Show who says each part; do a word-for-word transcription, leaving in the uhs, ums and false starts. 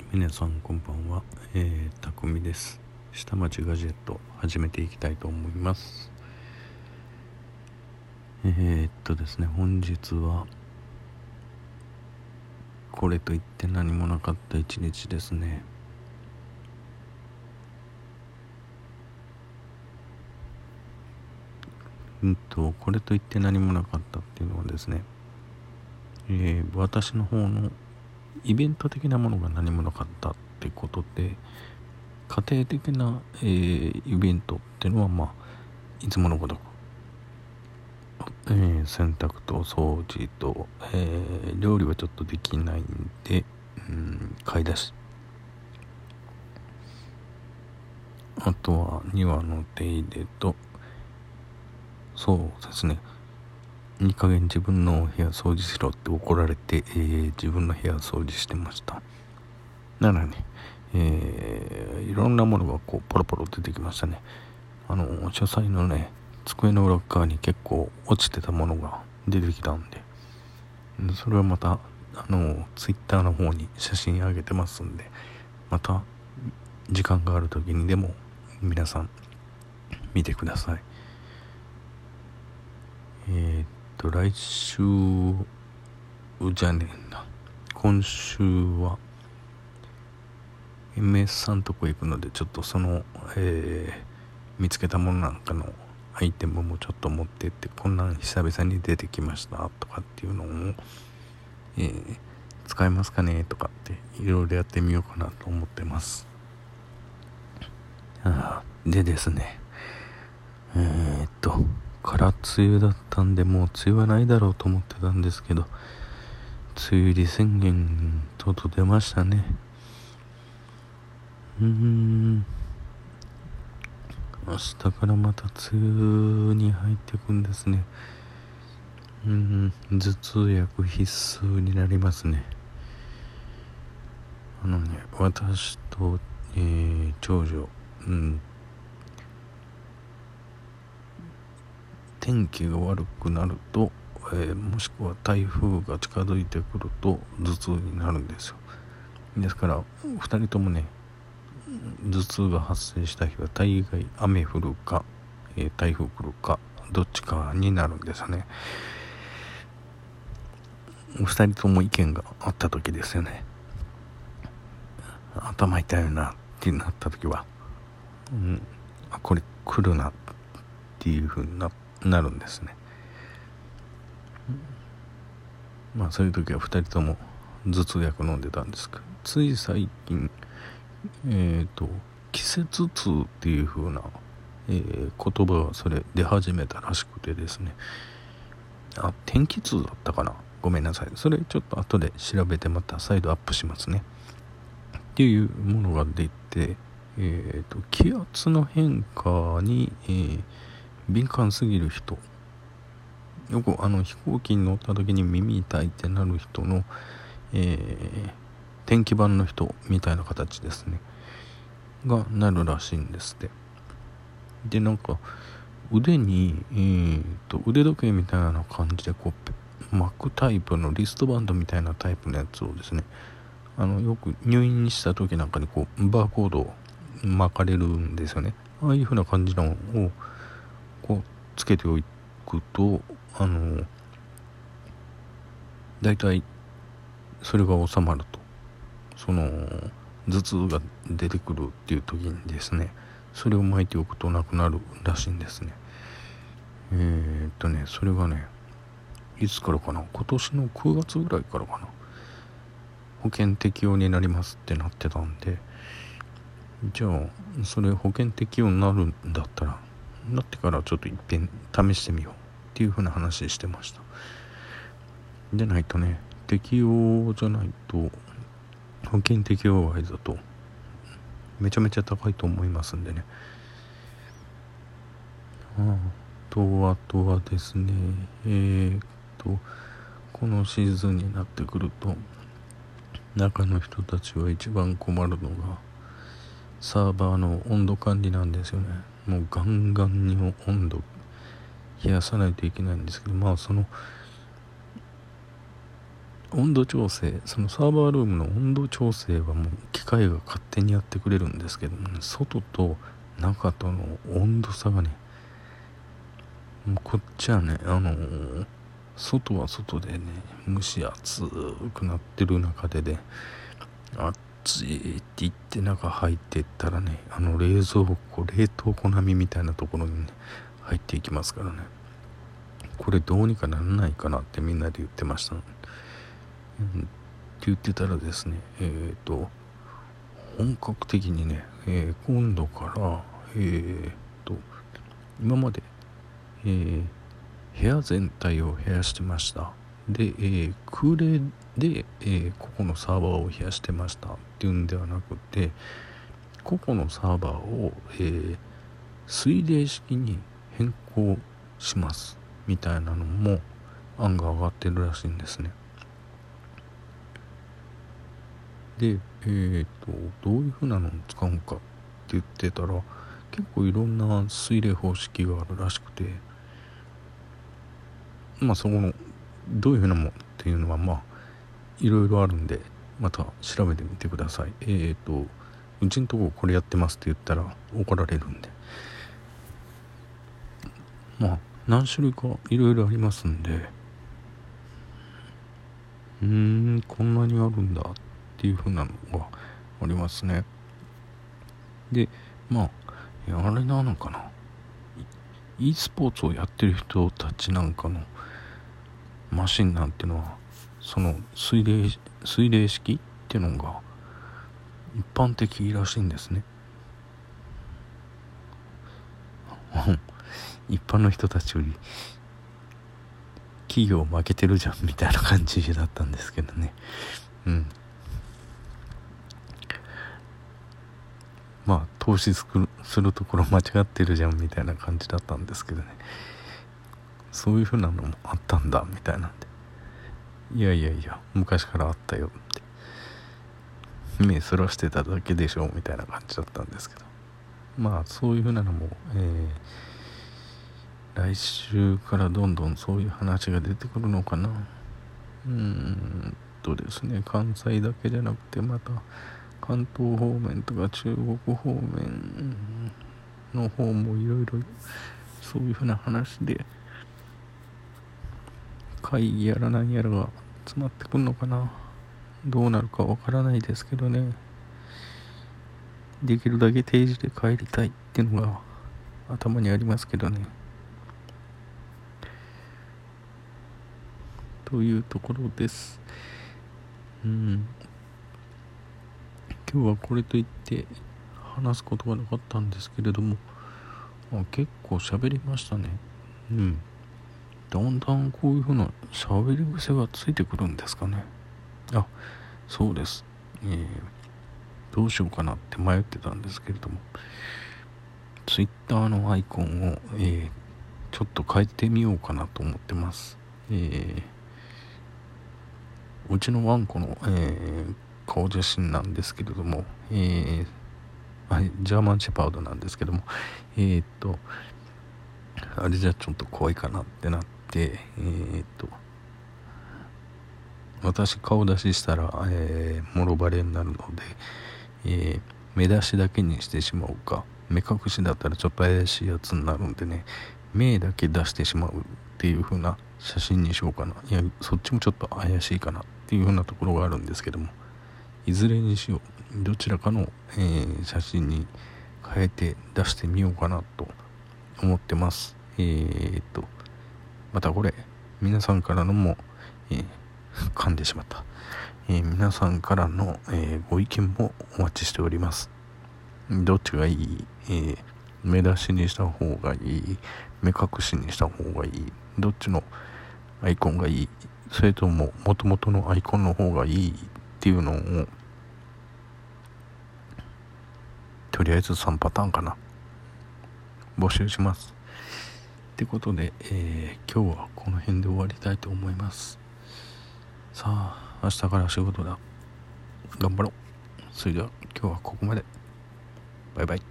Speaker 1: 皆さんこんばんは、えー、たくみです。下町ガジェット始めていきたいと思います。えー、っとですね本日はこれといって何もなかった一日ですね。うんとこれといって何もなかったっていうのはですね、えー、私の方のイベント的なものが何もなかったってことで、家庭的な、えー、イベントっていうのはまあいつものごとく、えー、洗濯と掃除と、えー、料理はちょっとできないんで、うん、買い出し、あとは庭の手入れと、そうですね、いい加減自分の部屋掃除しろって怒られて、えー、自分の部屋掃除してました。ならね、えー、いろんなものがこうポロポロ出てきましたね。あの書斎のね机の裏側に結構落ちてたものが出てきたんで、それはまたあのツイッターの方に写真上げてますんで、また時間がある時にでも皆さん見てください。えー、っと来週じゃねえな今週は エムエス さんとこ行くので、ちょっとその、えー、見つけたものなんかのアイテムもちょっと持ってって、こんなん久々に出てきましたとかっていうのを、えー、使えますかねとかっていろいろやってみようかなと思ってます。あでですねえー、っと空梅雨だったんで、もう梅雨はないだろうと思ってたんですけど、梅雨入り宣言とうとう出ましたね。うーん明日からまた梅雨に入ってくんですね。うーん頭痛薬必須になりますね。あのね私と、えー、長女、うん天気が悪くなると、えー、もしくは台風が近づいてくると頭痛になるんですよ。ですからふたりともね頭痛が発生した日は大概雨降るか、えー、台風来るかどっちかになるんですよね。ふたりとも意見があった時ですよね。頭痛いなってなった時は、うん、あこれ来るなっていう風に な, なるんですね。まあそういう時はふたりとも頭痛薬飲んでたんですけど、つい最近えっ、ー、と季節痛っていう風な、えー、言葉がそれ出始めたらしくてですね、あ天気痛だったかな、ごめんなさい、それちょっと後で調べてまた再度アップしますねっていうものが出て、えー、と気圧の変化に、えー、敏感すぎる人、よくあの飛行機に乗った時に耳痛いってなる人の、えー、天気版の人みたいな形ですねがなるらしいんですって。でなんか腕に、えー、と腕時計みたいな感じでこう巻くタイプのリストバンドみたいなタイプのやつをですね、あのよく入院した時なんかにこうバーコードを巻かれるんですよね。ああいう風な感じのをこうつけておくと、あのだいたいそれが収まると、その頭痛が出てくるっていう時にですね、それを巻いておくとなくなるらしいんですね。えー、っとねそれがねいつからかな、今年のくがつぐらいからかな、保険適用になりますってなってたんで、じゃあそれ保険適用になるんだったらなってからちょっと一遍試してみようっていう風な話してました。でないとね、適用じゃないと、保険適用外だとめちゃめちゃ高いと思いますんでね。あとあとはですね、えー、っとこのシーズンになってくると中の人たちは一番困るのがサーバーの温度管理なんですよね。もうガンガンに温度冷やさないといけないんですけど、まあその温度調整、そのサーバールームの温度調整はもう機械が勝手にやってくれるんですけども、ね、外と中との温度差がね、もうこっちはね、あのー、外は外でね、蒸し暑くなってる中でね、暑いって言って中入っていったらね、あの冷蔵庫、冷凍庫並みみたいなところにね、入っていきますからね、これどうにかならないかなってみんなで言ってました、ね、うん、って言ってたらですね、えーと本格的にね、えー、今度からえーと今まで、えー、部屋全体を冷やしてました。で、えー、空冷で、えー、個々のサーバーを冷やしてましたっていうんではなくて、個々のサーバーを、えー、水冷式に変更しますみたいなのも案が上がってるらしいんですね。で、えーとどういう風なのを使うかって言ってたら、結構いろんな水冷方式があるらしくて、まあそこのどういう風なもんっていうのはまあいろいろあるんで、また調べてみてください。えーとうちのとここれやってますって言ったら怒られるんで、まあ何種類かいろいろありますんで、うーんこんなにあるんだっていう風なのがありますね。で、まああれなのかな、e スポーツをやってる人たちなんかのマシンなんてのは、その水冷水冷式っていうのが一般的らしいんですね。一般の人たちより企業負けてるじゃんみたいな感じだったんですけどね。うん。まあ投資する、するところ間違ってるじゃんみたいな感じだったんですけどね。そういう風なのもあったんだみたいなんで、いやいやいや昔からあったよって目そらしてただけでしょみたいな感じだったんですけど、まあそういう風なのも、えー、来週からどんどんそういう話が出てくるのかな。うーんとですね、関西だけじゃなくてまた関東方面とか中国方面の方もいろいろそういう風な話で会議やら何やらが詰まってくるのかな。どうなるかわからないですけどね、できるだけ定時で帰りたいっていうのが頭にありますけどね。というところです。うん。今日はこれといって話すことがなかったんですけれども、まあ、結構喋りましたね。うん。だんだんこういう風な喋り癖がついてくるんですかね。あ、そうです。えー、どうしようかなって迷ってたんですけれども、ツイッターのアイコンを、えー、ちょっと変えてみようかなと思ってます。えー、うちのワンコの、えー、顔写真なんですけれども、えー、はい、ジャーマンシェパードなんですけども、えー、っとあれじゃちょっと怖いかなってなって、えー、っと私顔出ししたら、えー、もろバレになるので、えー、目出しだけにしてしまうか、目隠しだったらちょっと怪しいやつになるんでね、目だけ出してしまうっていう風な写真にしようかな。いやそっちもちょっと怪しいかなっていう風なところがあるんですけども、いずれにしよう、どちらかの、えー、写真に変えて出してみようかなと思ってます。えー、っとまたこれ皆さんからのも、えー、噛んでしまった、えー、皆さんからの、えー、ご意見もお待ちしております。どっちがいい、えー、目出しにした方がいい、目隠しにした方がいい、どっちのアイコンがいい、それとも元々のアイコンの方がいいっていうのをとりあえずさんパターンかな募集します。ってことで、えー、今日はこの辺で終わりたいと思います。さあ明日から仕事だ、頑張ろう。それでは今日はここまで。バイバイ。